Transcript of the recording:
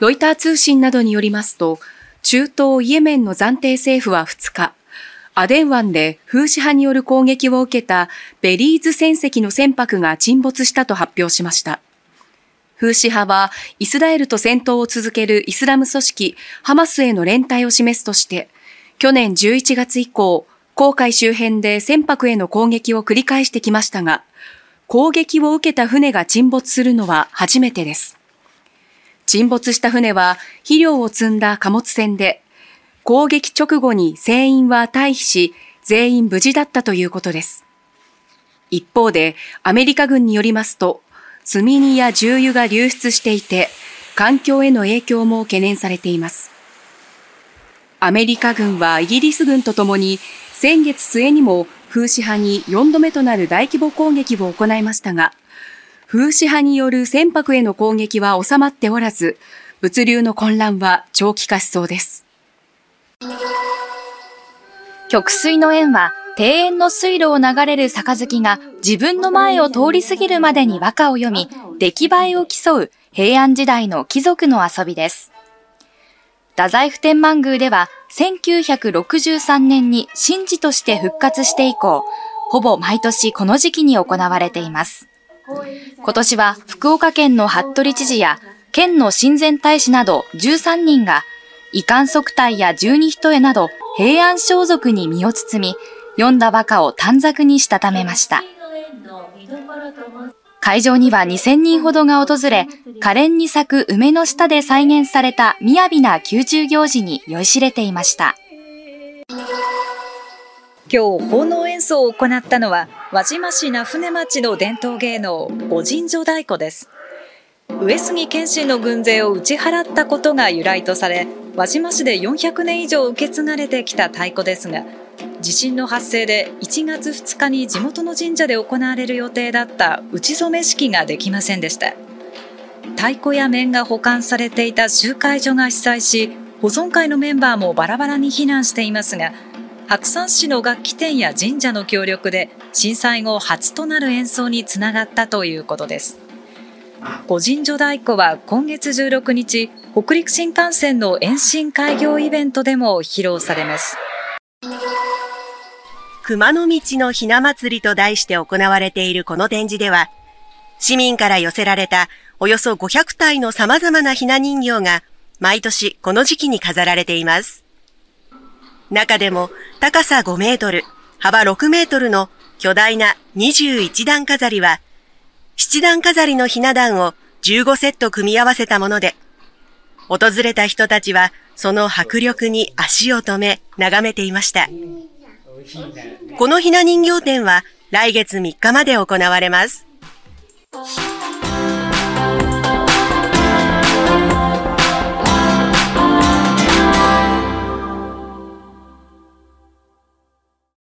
ロイター通信などによりますと、中東イエメンの暫定政府は2日、アデン湾でフーシ派による攻撃を受けたベリーズ船籍の船舶が沈没したと発表しました。フーシ派はイスラエルと戦闘を続けるイスラム組織ハマスへの連帯を示すとして、去年11月以降、紅海周辺で船舶への攻撃を繰り返してきましたが、攻撃を受けた船が沈没するのは初めてです。沈没した船は肥料を積んだ貨物船で、攻撃直後に船員は退避し、全員無事だったということです。一方で、アメリカ軍によりますと、積み荷や重油が流出していて、環境への影響も懸念されています。アメリカ軍はイギリス軍とともに、先月末にもフーシ派に4度目となる大規模攻撃を行いましたが、フーシ派による船舶への攻撃は収まっておらず、物流の混乱は長期化しそうです。 曲水の円は庭園の水路を流れる杯が自分の前を通り過ぎるまでに和歌を読み、出来栄えを競う平安時代の貴族の遊びです。太宰府天満宮では1963年に神事として復活して以降、ほぼ毎年この時期に行われています。今年は福岡県の服部知事や県の親善大使など13人が遺憾足隊や十二人など平安装束に身を包み、読んだ和歌を短冊にしたためました。会場には2000人ほどが訪れ、可憐に咲く梅の下で再現された雅な宮中行事に酔いしれていました。 今日奉納演奏を行ったのは輪島市名舟町の伝統芸能御陣乗太鼓です。上杉謙信の軍勢を打ち払ったことが由来とされ、輪島市で400年以上受け継がれてきた太鼓ですが、地震の発生で1月2日に地元の神社で行われる予定だった打ち初め式ができませんでした。太鼓や面が保管されていた集会所が被災し、保存会のメンバーもバラバラに避難していますが、白山市の楽器店や神社の協力で震災後初となる演奏につながったということです。御陣乗太鼓は今月16日、北陸新幹線の延伸開業イベントでも披露されます。 熊野道のひな祭りと題して行われているこの展示では、市民から寄せられたおよそ500体の様々なひな人形が毎年この時期に飾られています。中でも高さ5メートル、幅6メートルの巨大な21段飾りは、7段飾りのひな壇を15セット組み合わせたもので、訪れた人たちはその迫力に足を止め眺めていました。このひな人形展は来月3日まで行われます。